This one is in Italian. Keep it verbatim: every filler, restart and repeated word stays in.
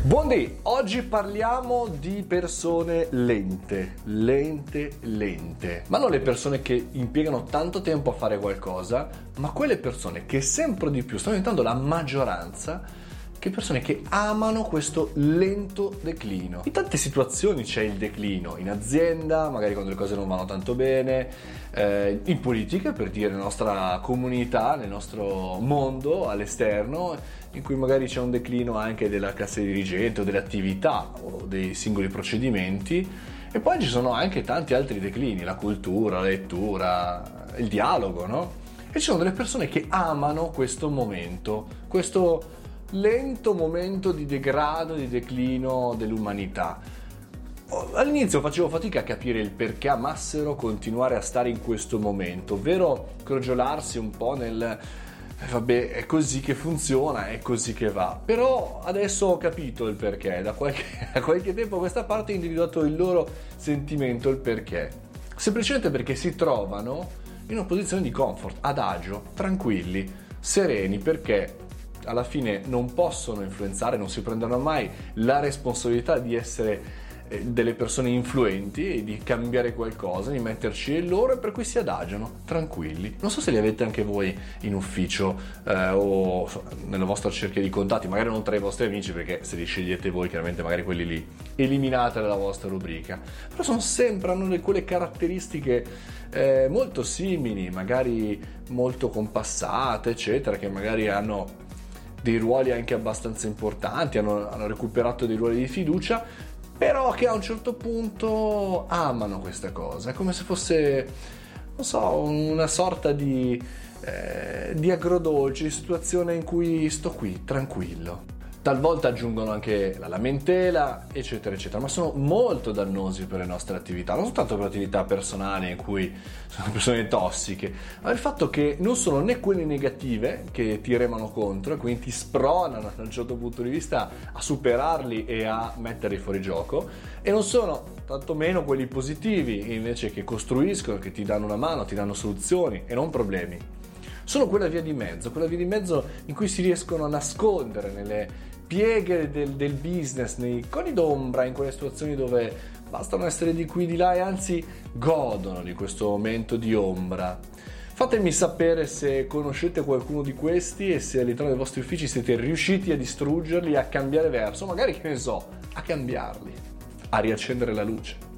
Buondì, oggi parliamo di persone lente, lente, lente. Ma non le persone che impiegano tanto tempo a fare qualcosa, ma quelle persone che sempre di più stanno diventando la maggioranza, che persone che amano questo lento declino. In tante situazioni c'è il declino, in azienda, magari quando le cose non vanno tanto bene, eh, in politica, per dire, nella nostra comunità, nel nostro mondo, all'esterno, in cui magari c'è un declino anche della classe dirigente o delle attività o dei singoli procedimenti. E poi ci sono anche tanti altri declini, la cultura, la lettura, il dialogo, no? E ci sono delle persone che amano questo momento, questo lento momento di degrado, di declino dell'umanità. All'inizio facevo fatica a capire il perché amassero continuare a stare in questo momento, ovvero crogiolarsi un po' nel eh, vabbè, è così che funziona, è così che va. Però adesso ho capito il perché, da qualche, da qualche tempo a questa parte ho individuato il loro sentimento, il perché. Semplicemente perché si trovano in una posizione di comfort, adagio, tranquilli, sereni, perché alla fine non possono influenzare, non si prendono mai la responsabilità di essere eh, delle persone influenti e di cambiare qualcosa, di metterci il loro, e per cui si adagiano, tranquilli. Non so se li avete anche voi in ufficio eh, o nella vostra cerchia di contatti, magari non tra i vostri amici, perché se li scegliete voi chiaramente magari quelli lì eliminate dalla vostra rubrica, però sono sempre, hanno quelle caratteristiche eh, molto simili, magari molto compassate eccetera, che magari hanno dei ruoli anche abbastanza importanti, hanno, hanno recuperato dei ruoli di fiducia, però che a un certo punto amano questa cosa. È come se fosse, non so, una sorta di, eh, di agrodolce, di situazione in cui sto qui, tranquillo. Talvolta aggiungono anche la lamentela, eccetera, eccetera, ma sono molto dannosi per le nostre attività, non soltanto per attività personali in cui sono persone tossiche, ma il fatto che non sono né quelle negative che ti remano contro e quindi ti spronano da un certo punto di vista a superarli e a metterli fuori gioco, e non sono tantomeno quelli positivi invece che costruiscono, che ti danno una mano, ti danno soluzioni e non problemi. Sono quella via di mezzo, quella via di mezzo in cui si riescono a nascondere nelle pieghe del, del business, nei coni d'ombra, in quelle situazioni dove bastano essere di qui di là e anzi godono di questo momento di ombra. Fatemi sapere se conoscete qualcuno di questi e se all'interno dei vostri uffici siete riusciti a distruggerli, a cambiare verso, magari, che ne so, a cambiarli, a riaccendere la luce.